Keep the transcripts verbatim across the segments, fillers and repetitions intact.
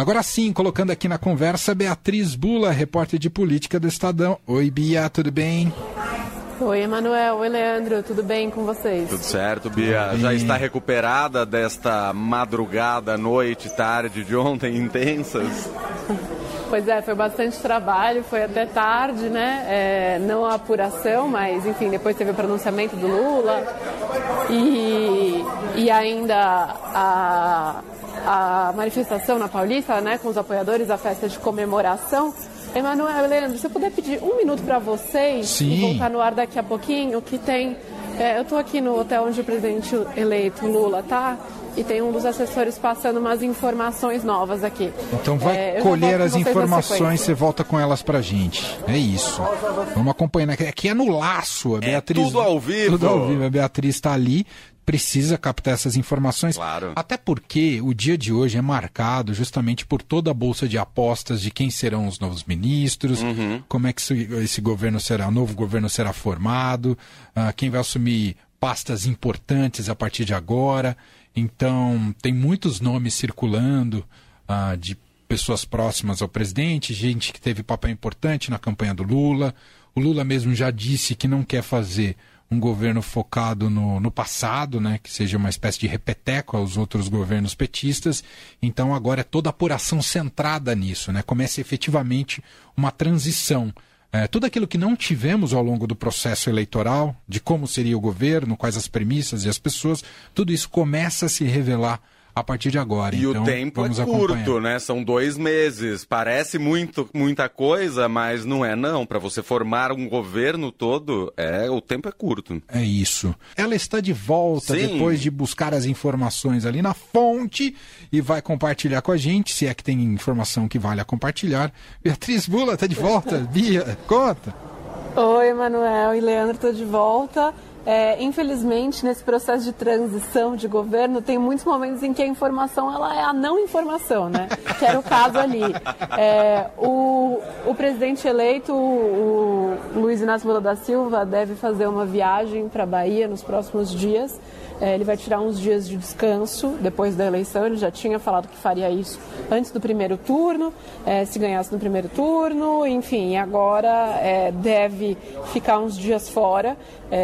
Agora sim, colocando aqui na conversa, Beatriz Bula, repórter de política do Estadão. Oi, Bia, tudo bem? Oi, Emanuel. Oi, Leandro. Tudo bem com vocês? Tudo certo, Bia. Já está recuperada desta madrugada, noite, tarde de ontem intensas? Pois é, foi bastante trabalho, foi até tarde, né? É, não a apuração, mas, enfim, depois teve o pronunciamento do Lula e, e ainda a, a manifestação na Paulista, né, com os apoiadores, a festa de comemoração. Emanuel e Leandro, se eu puder pedir um minuto para vocês Sim. e voltar no ar daqui a pouquinho, que tem... É, eu estou aqui no hotel onde o presidente eleito Lula está e tem um dos assessores passando umas informações novas aqui. Então vai é, colher as informações, você volta com elas pra gente. É isso. Vamos acompanhando. Aqui é no laço. A Beatriz, é tudo ao vivo. Tudo ao vivo. A Beatriz está ali, precisa captar essas informações. Claro. Até porque o dia de hoje é marcado justamente por toda a bolsa de apostas de quem serão os novos ministros, uhum. como é que esse governo será, o novo governo será formado, uh, quem vai assumir pastas importantes a partir de agora. Então, tem muitos nomes circulando uh, de pessoas próximas ao presidente, gente que teve papel importante na campanha do Lula. O Lula mesmo já disse que não quer fazer um governo focado no, no passado, né, que seja uma espécie de repeteco aos outros governos petistas. Então, agora é toda a apuração centrada nisso, né? Começa efetivamente uma transição. É, tudo aquilo que não tivemos ao longo do processo eleitoral, de como seria o governo, quais as premissas e as pessoas, tudo isso começa a se revelar a partir de agora. E então, o tempo é vamos curto, acompanhar. né? São dois meses. Parece muito, muita coisa, mas não é não. Para você formar um governo todo, é, o tempo é curto. É isso. Ela está de volta Sim. depois de buscar as informações ali na fonte e vai compartilhar com a gente, se é que tem informação que vale a compartilhar. Beatriz Bula está de volta. Bia, conta. Oi, Emanuel e Leandro, estou de volta. É, infelizmente, nesse processo de transição de governo, tem muitos momentos em que a informação ela é a não informação, né? Que era o caso ali. É, o, o presidente eleito, o, o Luiz Inácio Lula da Silva, deve fazer uma viagem para a Bahia nos próximos dias. É, ele vai tirar uns dias de descanso depois da eleição. Ele já tinha falado que faria isso antes do primeiro turno, é, se ganhasse no primeiro turno, enfim, agora é, deve ficar uns dias fora.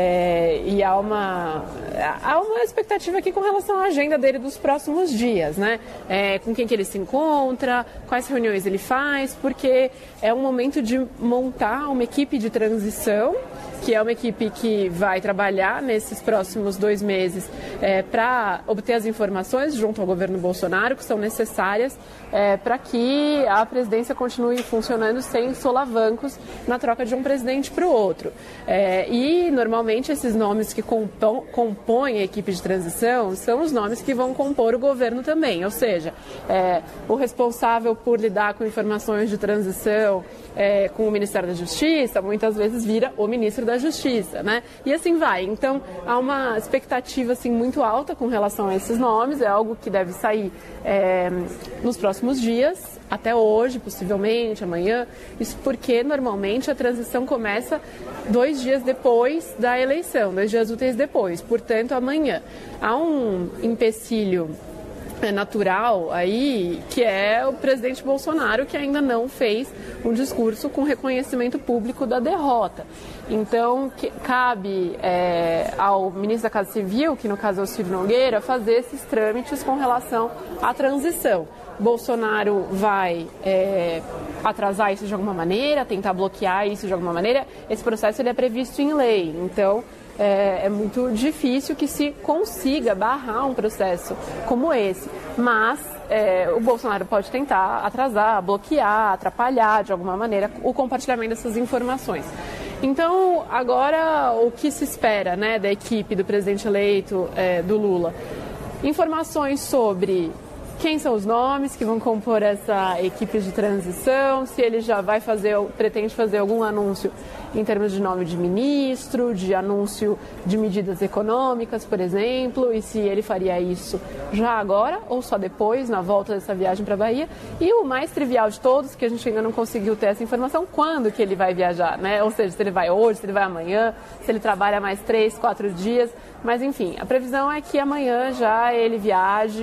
É, e há uma, há uma expectativa aqui com relação à agenda dele dos próximos dias, né? É, com quem que ele se encontra, quais reuniões ele faz, porque é um momento de montar uma equipe de transição, que é uma equipe que vai trabalhar nesses próximos dois meses é, para obter as informações junto ao governo Bolsonaro que são necessárias é, para que a presidência continue funcionando sem solavancos na troca de um presidente para o outro. É, e, normalmente, esses nomes que compõem, compõem a equipe de transição são os nomes que vão compor o governo também, ou seja, é, o responsável por lidar com informações de transição é, com o Ministério da Justiça, muitas vezes vira o ministro da Justiça, né? E assim vai. Então, há uma expectativa assim, muito alta com relação a esses nomes, é algo que deve sair é, nos próximos dias, até hoje, possivelmente, amanhã. Isso porque, normalmente, a transição começa dois dias depois da eleição, dois dias úteis depois, portanto, amanhã. Há um empecilho é natural aí, que é o presidente Bolsonaro, que ainda não fez um discurso com reconhecimento público da derrota. Então, que, cabe é, ao ministro da Casa Civil, que no caso é o Ciro Nogueira, fazer esses trâmites com relação à transição. Bolsonaro vai é, atrasar isso de alguma maneira, tentar bloquear isso de alguma maneira. Esse processo ele é previsto em lei, então é, é muito difícil que se consiga barrar um processo como esse. Mas é, o Bolsonaro pode tentar atrasar, bloquear, atrapalhar de alguma maneira o compartilhamento dessas informações. Então, agora, o que se espera, né, da equipe do presidente eleito, é, do Lula? Informações sobre quem são os nomes que vão compor essa equipe de transição, se ele já vai fazer, pretende fazer algum anúncio em termos de nome de ministro, de anúncio de medidas econômicas, por exemplo, e se ele faria isso já agora ou só depois, na volta dessa viagem para a Bahia. E o mais trivial de todos, que a gente ainda não conseguiu ter essa informação, quando que ele vai viajar, né? Ou seja, se ele vai hoje, se ele vai amanhã, se ele trabalha mais três, quatro dias. Mas, enfim, a previsão é que amanhã já ele viaje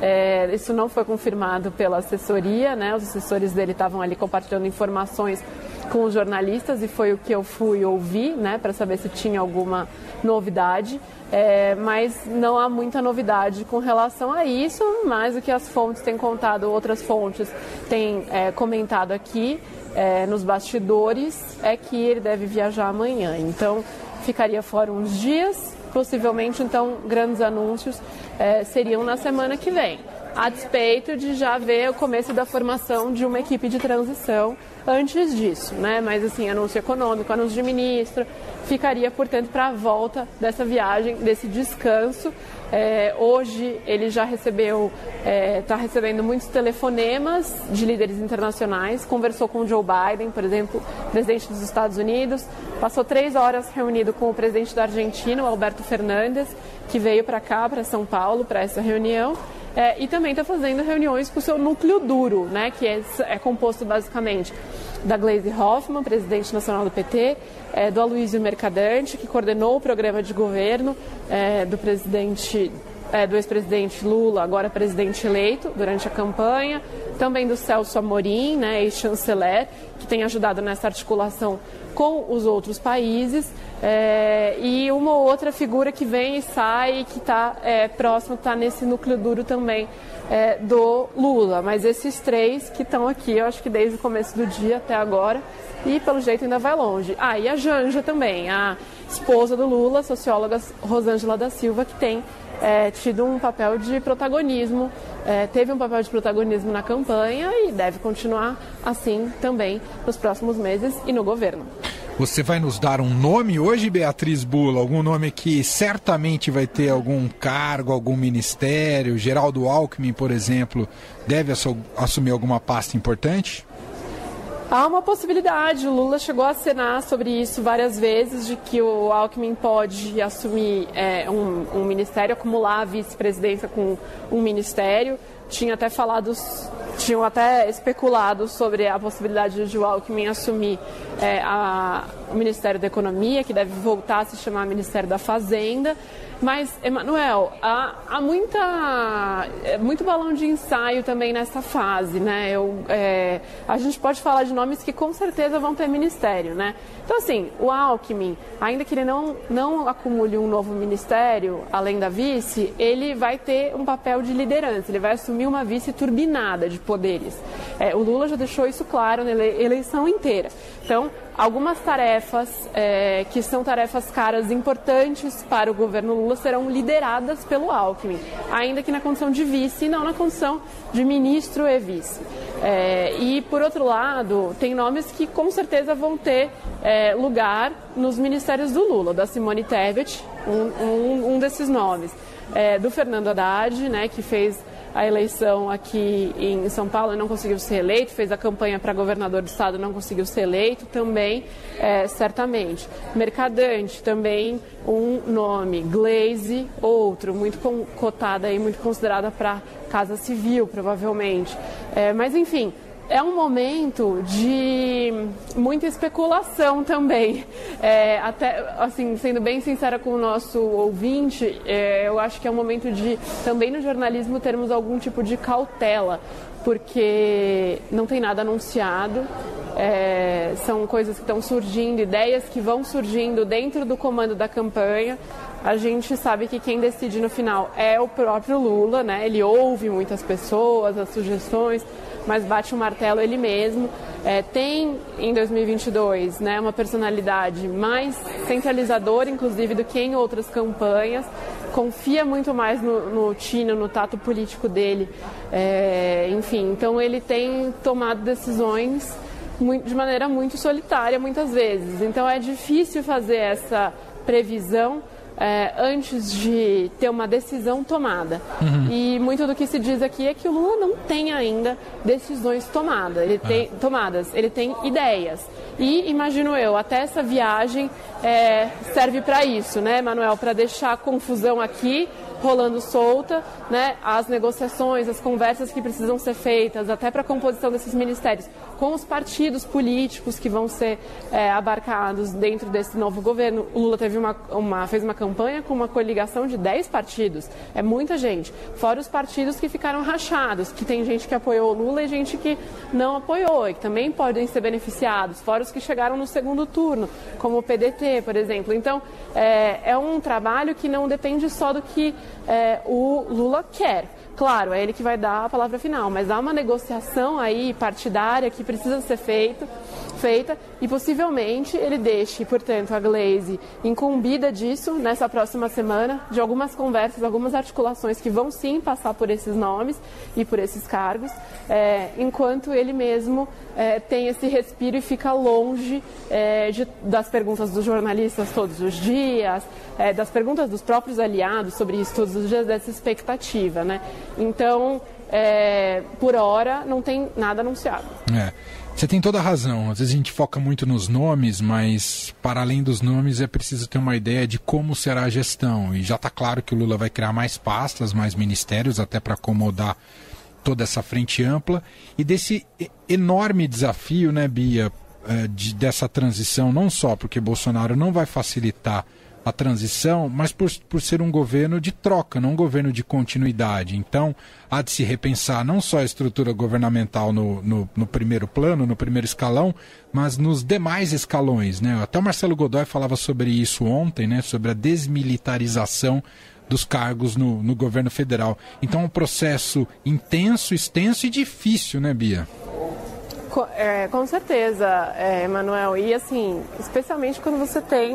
É, isso não foi confirmado pela assessoria, né? Os assessores dele estavam ali compartilhando informações com os jornalistas e foi o que eu fui ouvir, né, para saber se tinha alguma novidade, é, mas não há muita novidade com relação a isso, mais do que as fontes têm contado, outras fontes têm é, comentado aqui é, nos bastidores, é que ele deve viajar amanhã, então ficaria fora uns dias, possivelmente então grandes anúncios é, seriam na semana que vem, a despeito de já ver o começo da formação de uma equipe de transição antes disso, né? Mas assim, anúncio econômico, anúncio de ministro, ficaria, portanto, para a volta dessa viagem, desse descanso. É, hoje ele já recebeu, está é, recebendo muitos telefonemas de líderes internacionais, conversou com o Joe Biden, por exemplo, presidente dos Estados Unidos, passou três horas reunido com o presidente da Argentina, o Alberto Fernandes, que veio para cá, para São Paulo, para essa reunião. É, e também está fazendo reuniões com o seu núcleo duro, né, que é, é composto basicamente da Gleisi Hoffmann, presidente nacional do P T, é, do Aloysio Mercadante, que coordenou o programa de governo é, do presidente, é, do ex-presidente Lula, agora presidente eleito, durante a campanha, também do Celso Amorim, né, ex-chanceler, que tem ajudado nessa articulação com os outros países, é, e uma ou outra figura que vem e sai, que está é, próximo, está nesse núcleo duro também é, do Lula. Mas esses três que estão aqui, eu acho que desde o começo do dia até agora, e pelo jeito ainda vai longe. Ah, e a Janja também, a esposa do Lula, a socióloga Rosângela da Silva, que tem é, tido um papel de protagonismo, é, teve um papel de protagonismo na campanha e deve continuar assim também nos próximos meses e no governo. Você vai nos dar um nome hoje, Beatriz Bula? Algum nome que certamente vai ter algum cargo, algum ministério? Geraldo Alckmin, por exemplo, deve assumir alguma pasta importante? Há uma possibilidade, o Lula chegou a acenar sobre isso várias vezes, de que o Alckmin pode assumir é, um, um ministério, acumular a vice-presidência com um ministério. Tinha até falado, tinham até especulado sobre a possibilidade de o Alckmin assumir é, a, o Ministério da Economia, que deve voltar a se chamar Ministério da Fazenda. Mas, Emanuel, há, há muita, muito balão de ensaio também nessa fase, né? Eu, é, a gente pode falar de nomes que com certeza vão ter ministério, né? Então, assim, o Alckmin, ainda que ele não, não acumule um novo ministério, além da vice, ele vai ter um papel de liderança, ele vai assumir uma vice turbinada de poderes. É, o Lula já deixou isso claro na eleição inteira. Então, algumas tarefas, é, que são tarefas caras importantes para o governo Lula, serão lideradas pelo Alckmin, ainda que na condição de vice e não na condição de ministro e vice. É, e, por outro lado, tem nomes que com certeza vão ter é, lugar nos ministérios do Lula, da Simone Tebet, um, um, um desses nomes, é, do Fernando Haddad, né, que fez a eleição aqui em São Paulo e não conseguiu ser eleito, fez a campanha para governador do estado e não conseguiu ser eleito também, é, certamente. Mercadante, também um nome. Gleisi, outro, muito cotada e muito considerada para Casa Civil, provavelmente. É, mas, enfim, é um momento de muita especulação também. É, até, assim, sendo bem sincera com o nosso ouvinte, é, eu acho que é um momento de, também no jornalismo, termos algum tipo de cautela, porque não tem nada anunciado, é, são coisas que estão surgindo, ideias que vão surgindo dentro do comando da campanha. A gente sabe que quem decide no final é o próprio Lula, né? Ele ouve muitas pessoas, as sugestões, mas bate o martelo ele mesmo. É, tem em dois mil e vinte e dois, né, uma personalidade mais centralizadora, inclusive, do que em outras campanhas. Confia muito mais no, no tino, no tato político dele. É, enfim, então ele tem tomado decisões muito, de maneira muito solitária, muitas vezes. Então é difícil fazer essa previsão É, antes de ter uma decisão tomada. Uhum. E muito do que se diz aqui é que o Lula não tem ainda decisões tomadas. Ele tem, uhum. tomadas, ele tem ideias. E, imagino eu, até essa viagem é, serve para isso, né, Manuel? Para deixar a confusão aqui, rolando solta, né? As negociações, as conversas que precisam ser feitas, até para a composição desses ministérios, com os partidos políticos que vão ser é, abarcados dentro desse novo governo. O Lula teve uma, uma, fez uma campanha com uma coligação de dez partidos, é muita gente, fora os partidos que ficaram rachados, que tem gente que apoiou o Lula e gente que não apoiou, e que também podem ser beneficiados, fora os que chegaram no segundo turno, como o P D T, por exemplo. Então, é, é um trabalho que não depende só do que é, o Lula quer. Claro, é ele que vai dar a palavra final, mas há uma negociação aí partidária que precisa ser feita, feita e possivelmente ele deixe, portanto, a Gleisi incumbida disso nessa próxima semana, de algumas conversas, algumas articulações que vão sim passar por esses nomes e por esses cargos, é, enquanto ele mesmo é, tem esse respiro e fica longe é, de, das perguntas dos jornalistas todos os dias, é, das perguntas dos próprios aliados sobre isso todos os dias, dessa expectativa, né? Então, é, por hora, não tem nada anunciado. É. Você tem toda a razão. Às vezes a gente foca muito nos nomes, mas para além dos nomes é preciso ter uma ideia de como será a gestão. E já está claro que o Lula vai criar mais pastas, mais ministérios, até para acomodar toda essa frente ampla. E desse enorme desafio, né, Bia, de, dessa transição, não só porque Bolsonaro não vai facilitar a transição, mas por, por ser um governo de troca, não um governo de continuidade. Então, há de se repensar não só a estrutura governamental no, no, no primeiro plano, no primeiro escalão, mas nos demais escalões, né? Até o Marcelo Godoy falava sobre isso ontem, né? Sobre a desmilitarização dos cargos no, no governo federal. Então, é um processo intenso, extenso e difícil, né, Bia? Com, é, com certeza, é, Manuel. E assim, especialmente quando você tem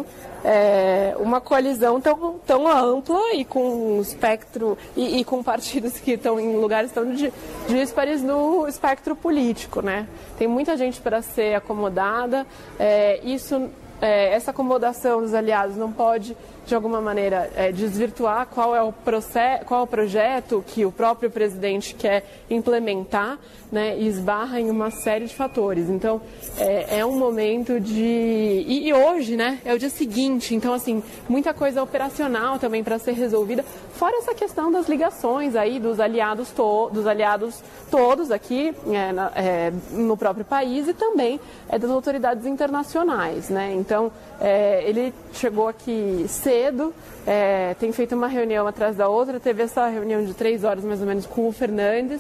é, uma coalizão tão, tão ampla e com um espectro e, e com partidos que estão em lugares tão díspares no espectro político, né? Tem muita gente para ser acomodada. É, isso, é, essa acomodação dos aliados não pode, de alguma maneira, é, desvirtuar qual é o processo, qual é o projeto que o próprio presidente quer implementar, né, e esbarra em uma série de fatores. Então, é, é um momento de... E, e hoje, né, é o dia seguinte, então, assim, muita coisa operacional também para ser resolvida, fora essa questão das ligações aí dos aliados, to... dos aliados todos aqui é, na, é, no próprio país e também é, das autoridades internacionais, né? Então, é, ele chegou aqui cedo, é, tem feito uma reunião atrás da outra, teve essa reunião de três horas mais ou menos com o Fernandes,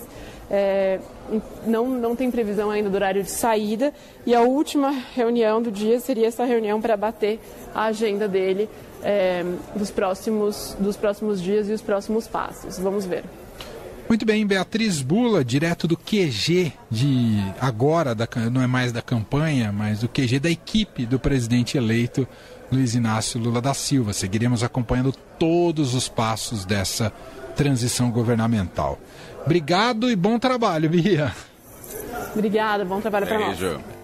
é, não, não tem previsão ainda do horário de saída, e a última reunião do dia seria essa reunião para bater a agenda dele é, dos, próximos, dos próximos dias e os próximos passos. Vamos ver. Muito bem, Beatriz Bula, direto do Q G de agora, da, não é mais da campanha, mas do Q G da equipe do presidente eleito Luiz Inácio Lula da Silva. Seguiremos acompanhando todos os passos dessa transição governamental. Obrigado e bom trabalho, Bia. Obrigada, bom trabalho para nós.